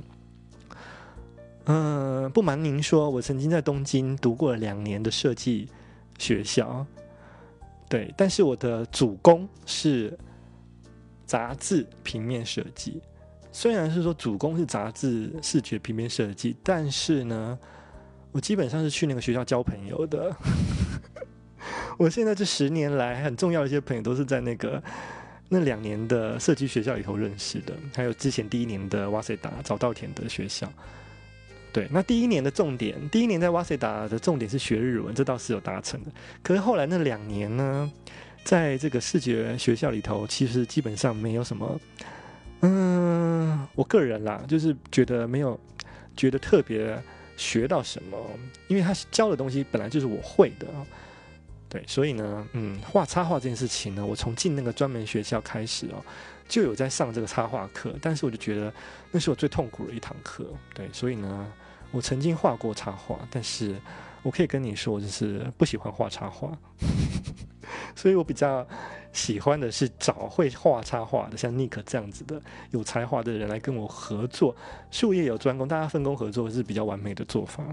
不瞒您说，我曾经在东京读过了2年的设计学校，对，但是我的主攻是杂志平面设计。虽然是说主攻是杂志视觉平面设计，但是呢，我基本上是去那个学校交朋友的。我现在这10年来很重要的一些朋友都是在那2年的设计学校里头认识的，还有之前第1年的哇塞达早稻田的学校。对，那第1年的重点，第1年在哇塞达的重点是学日文，这倒是有达成的。可是后来那2年呢，在这个视觉学校里头，其实基本上没有什么，我个人啦，就是觉得没有觉得特别学到什么，因为他教的东西本来就是我会的。对，所以呢，画插画这件事情呢，我从进那个专门学校开始就有在上这个插画课，但是我就觉得那是我最痛苦的一堂课。对，所以呢，我曾经画过插画，但是我可以跟你说，我就是不喜欢画插画，所以我比较喜欢的是找会画插画的，像 Nick 这样子的有才华的人来跟我合作，术业有专攻，大家分工合作是比较完美的做法。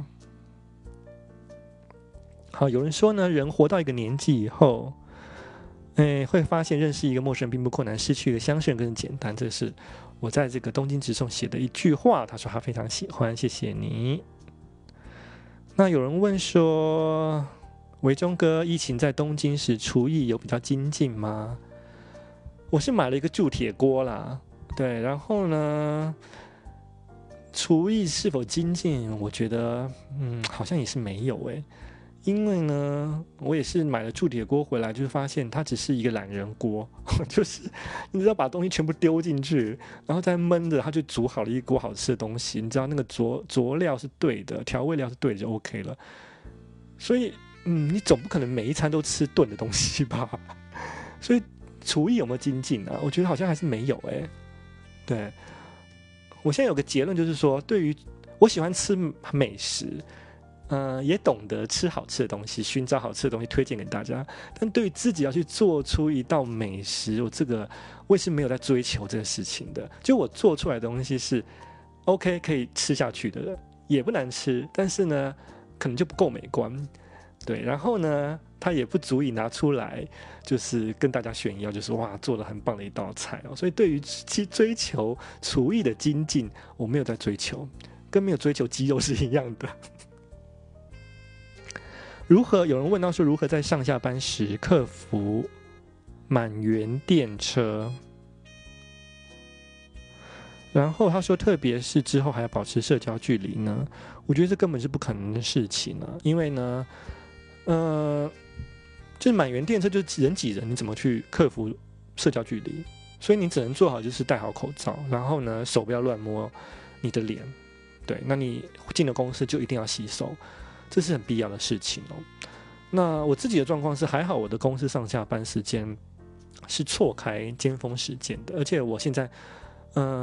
好，有人说呢，人活到一个年纪以后，会发现认识一个陌生人并不困难，失去一个相识人更简单。这是我在这个东京直送写的一句话，他说他非常喜欢，谢谢你。那有人问说，维中哥疫情在东京时厨艺有比较精进吗？我是买了一个铸铁锅啦，对，然后呢，厨艺是否精进，我觉得好像也是没有因为呢，我也是买了铸铁锅回来，就是发现它只是一个懒人锅，就是你知道把东西全部丢进去，然后再焖着，它就煮好了一锅好吃的东西。你知道那个佐料是对的，调味料是对的就 OK 了。所以你总不可能每一餐都吃炖的东西吧？所以厨艺有没有精进啊？我觉得好像还是没有对，我现在有个结论，就是说，对于我喜欢吃美食。也懂得吃好吃的东西，寻找好吃的东西推荐给大家。但对于自己要去做出一道美食，我也是没有在追求这个事情的。就我做出来的东西是 OK 可以吃下去的，也不难吃，但是呢，可能就不够美观。对，然后呢，它也不足以拿出来，就是跟大家炫耀，就是哇，做了很棒的一道菜所以对于追求厨艺的精进，我没有在追求，跟没有追求肌肉是一样的。有人问到说如何在上下班时克服满员电车，然后他说特别是之后还要保持社交距离呢，我觉得这根本是不可能的事情因为呢就是满员电车就是人挤人，你怎么去克服社交距离？所以你只能做好就是戴好口罩，然后呢手不要乱摸你的脸，对，那你进了公司就一定要洗手，这是很必要的事情那我自己的状况是还好，我的公司上下班时间是错开尖峰时间的，而且我现在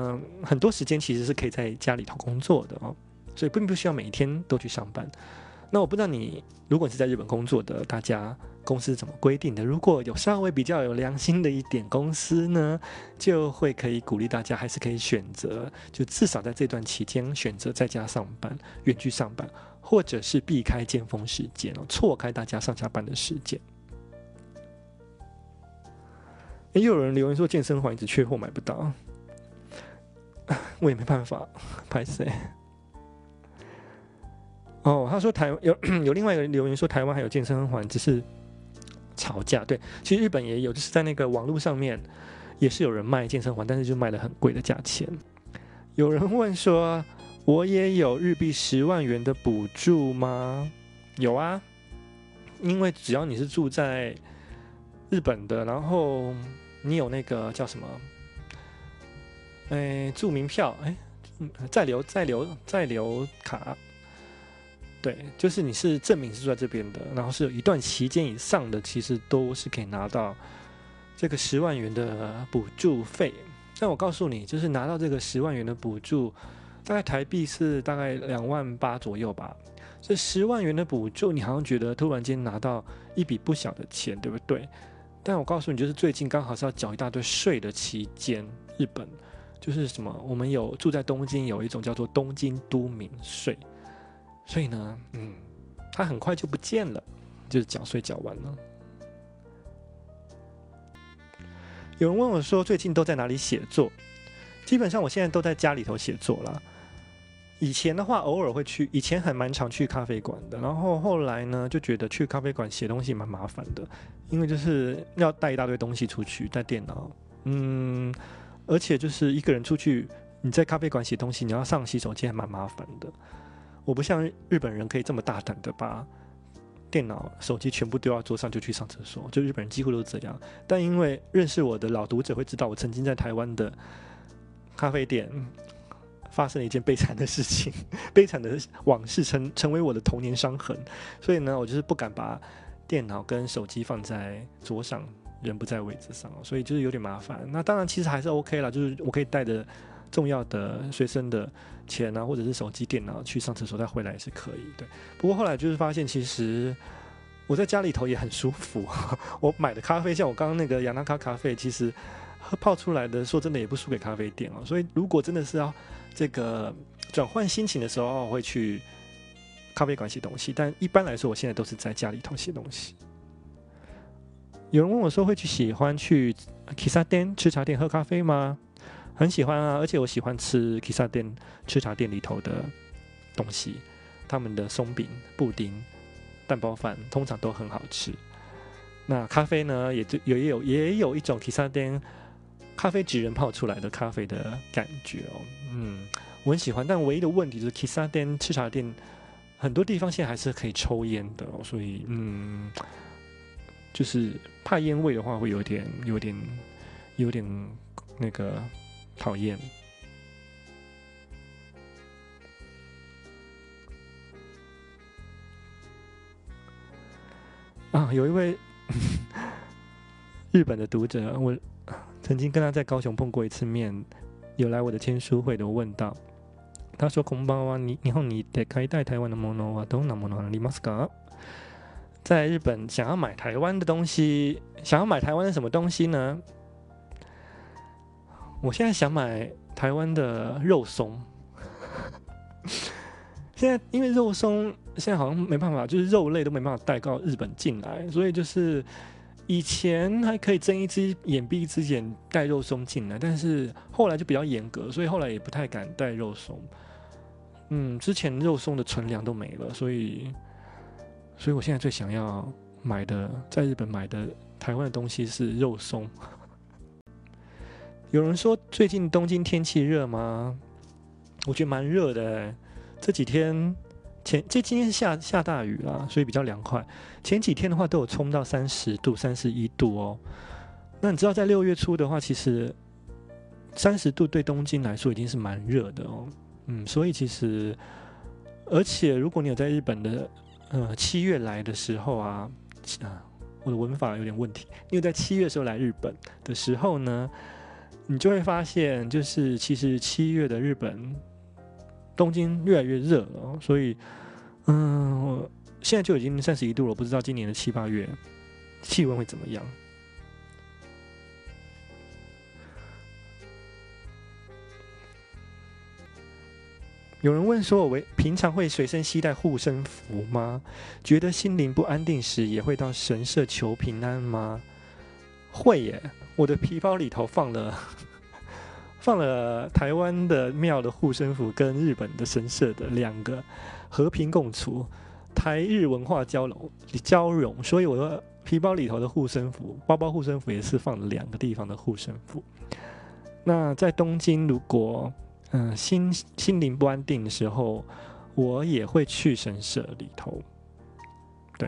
很多时间其实是可以在家里头工作的所以并不需要每一天都去上班。 那我不知道如果你是在日本工作的，大家公司怎么规定的？如果有稍微比较有良心的一点公司呢，就会可以鼓励大家还是可以选择，就至少在这段期间选择在家上班、远距上班，或者是避开尖峰时间错开大家上下班的时间。又有人留言说健身环一直缺货买不到，我也没办法，拍谁？他说有另外一个留言说台湾还有健身环，只是吵架。对，其实日本也有，就是在那个网络上面也是有人卖健身环，但是就卖了很贵的价钱。有人问说，我也有日币10万元的补助吗？有啊，因为只要你是住在日本的，然后你有那个叫什么，住民票，在留卡。对，就是你是证明是住在这边的，然后是有一段期间以上的，其实都是可以拿到这个10万元的补助费。但我告诉你，就是拿到这个10万元的补助，大概台币是大概28000左右吧。这10万元的补助，你好像觉得突然间拿到一笔不小的钱，对不对？但我告诉你，就是最近刚好是要缴一大堆税的期间，日本就是什么，我们有住在东京，有一种叫做东京都民税。所以呢，它很快就不见了，就是缴税缴完了。有人问我说，最近都在哪里写作？基本上我现在都在家里头写作啦。以前的话，偶尔会去，以前还蛮常去咖啡馆的。然后后来呢，就觉得去咖啡馆写东西蛮麻烦的，因为就是要带一大堆东西出去，带电脑，而且就是一个人出去，你在咖啡馆写东西，你要上洗手间还蛮麻烦的。我不像日本人可以这么大胆的把电脑、手机全部丢到桌上就去上厕所，就日本人几乎都是这样。但因为认识我的老读者会知道，我曾经在台湾的咖啡店发生了一件悲惨的事情，悲惨的往事成为我的童年伤痕。所以呢，我就是不敢把电脑跟手机放在桌上，人不在位置上，所以就是有点麻烦。那当然其实还是 OK 啦，就是我可以带着重要的随身的钱啊，或者是手机、电脑去上厕所，再回来也是可以。对，不过后来就是发现，其实我在家里头也很舒服。我买的咖啡，像我刚刚那个雅纳卡咖啡，其实泡出来的，说真的也不输给咖啡店哦。所以如果真的是要这个转换心情的时候，我会去咖啡馆写东西。但一般来说，我现在都是在家里头写东西。有人问我说，会喜欢去喫茶店吃茶店喝咖啡吗？很喜欢啊，而且我喜欢吃喫茶店吃茶店里头的东西，他们的松饼、布丁、蛋包饭通常都很好吃。那咖啡呢，也有一种喫茶店咖啡职人泡出来的咖啡的感觉哦，我很喜欢。但唯一的问题就是喫茶店吃茶店很多地方现在还是可以抽烟的哦，所以就是怕烟味的话，会有点那个讨厌。有一位日本的读者，我曾经跟他在高雄碰过一次面，有来我的签书会的。我问到，他说：“こんばんは、日本に行って買いたい台湾のものはどんなものありますか？”在日本想要买台湾的东西，想要买台湾的什么东西呢？我现在想买台湾的肉松。现在因为肉松现在好像没办法，就是肉类都没办法带到日本进来，所以就是以前还可以睁一只眼闭一只眼带肉松进来，但是后来就比较严格，所以后来也不太敢带肉松。之前肉松的存粮都没了，所以我现在最想要买的，在日本买的台湾的东西是肉松。有人说最近东京天气热吗？我觉得蛮热的这几天今天是下大雨啦，所以比较凉快。前几天的话都有冲到30度、31度哦。那你知道在6月初的话，其实30度对东京来说已经是蛮热的哦。所以其实，而且如果你有在日本的7月来的时候啊，我的文法有点问题。你有在7月的时候来日本的时候呢，你就会发现，就是其实7月的日本东京越来越热了，所以现在就已经31度了，不知道今年的7、8月气温会怎么样。有人问说，我平常会随身携带护身符吗？觉得心灵不安定时，也会到神社求平安吗？会耶，我的皮包里头放了台湾的庙的护身符跟日本的神社的2个和平共处，台日文化交融，所以我的皮包里头的护身符，包包护身符也是放了2个地方的护身符。那在东京，如果心灵不安定的时候，我也会去神社里头。对，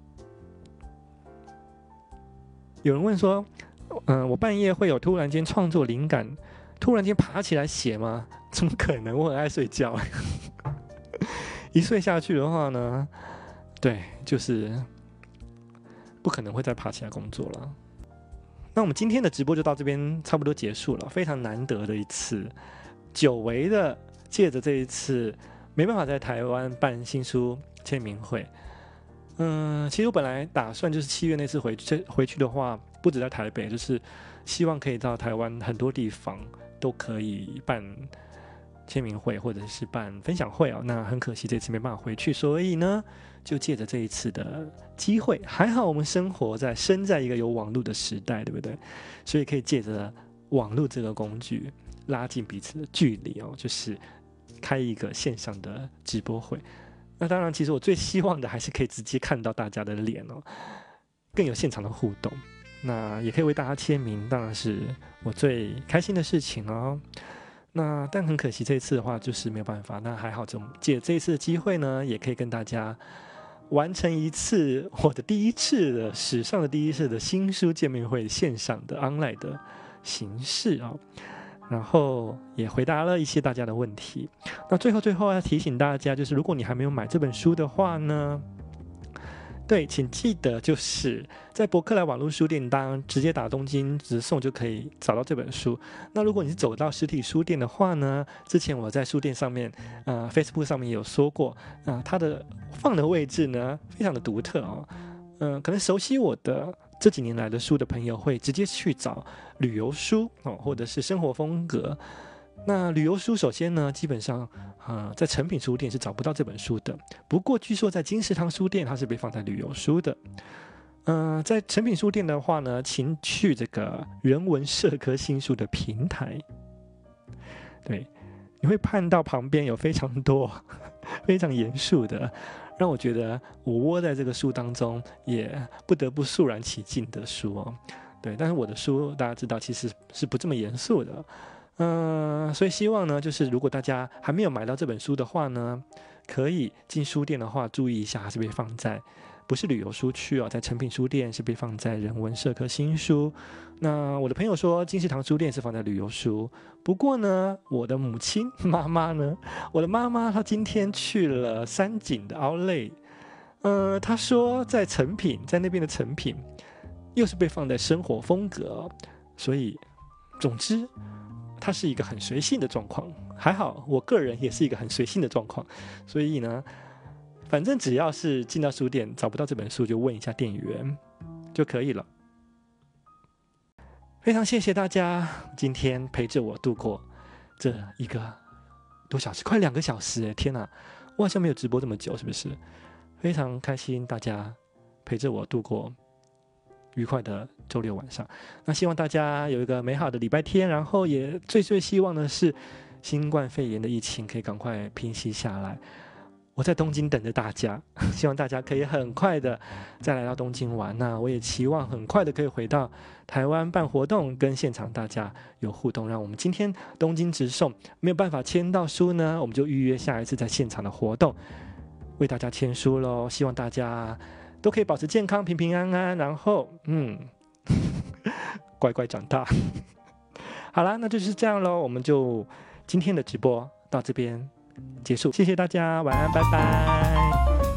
有人问说，我半夜会有突然间创作灵感，突然间爬起来写吗？怎么可能？我很爱睡觉，一睡下去的话呢，对，就是不可能会再爬起来工作了。那我们今天的直播就到这边差不多结束了，非常难得的一次。久违的借着这一次没办法在台湾办新书签名会，其实我本来打算就是7月那次回去的话，不止在台北，就是希望可以到台湾很多地方都可以办签名会或者是办分享会那很可惜这次没办法回去，所以呢就借着这一次的机会，还好我们身在一个有网络的时代，对不对？所以可以借着网络这个工具拉近彼此的距离就是开一个线上的直播会。那当然其实我最希望的还是可以直接看到大家的脸更有现场的互动，那也可以为大家签名，当然是我最开心的事情那但很可惜这一次的话就是没有办法，那还好借这一次的机会呢，也可以跟大家完成一次我的史上的第一次的新书见面会，线上的 online 的形式然后也回答了一些大家的问题。那最后要提醒大家，就是如果你还没有买这本书的话呢，对，请记得就是在博客来网络书店直接打东京直送就可以找到这本书。那如果你是走到实体书店的话呢，之前我在书店上面Facebook 上面有说过它的放的位置呢非常的独特可能熟悉我的这几年来的书的朋友会直接去找旅游书或者是生活风格。那旅游书首先呢，基本上在诚品书店是找不到这本书的，不过据说在金石堂书店它是被放在旅游书的。在诚品书店的话呢，请去这个人文社科新书的平台，对，你会看到旁边有非常多非常严肃的，让我觉得我窝在这个书当中也不得不肃然起敬的书对，但是我的书大家知道其实是不这么严肃的。所以希望呢，就是如果大家还没有买到这本书的话呢，可以进书店的话注意一下，它是被放在不是旅游书区在诚品书店是被放在人文社科新书。那我的朋友说金石堂书店是放在旅游书，不过呢我的妈妈她今天去了三井的 Outlet，她说在那边的诚品又是被放在生活风格所以总之它是一个很随性的状况，还好我个人也是一个很随性的状况，所以呢反正只要是进到书店找不到这本书就问一下店员就可以了。非常谢谢大家今天陪着我度过这1个多小时，快2个小时天哪，我好像没有直播这么久，是不是？非常开心大家陪着我度过愉快的周六晚上。那希望大家有一个美好的礼拜天，然后也最希望的是新冠肺炎的疫情可以赶快平息下来。我在东京等着大家，希望大家可以很快的再来到东京玩。那我也期望很快的可以回到台湾办活动，跟现场大家有互动。让我们今天东京直送没有办法签到书呢，我们就预约下一次在现场的活动为大家签书咯。希望大家都可以保持健康，平平安安，然后乖乖长大。好啦，那就是这样咯，我们就今天的直播到这边结束，谢谢大家，晚安，拜拜。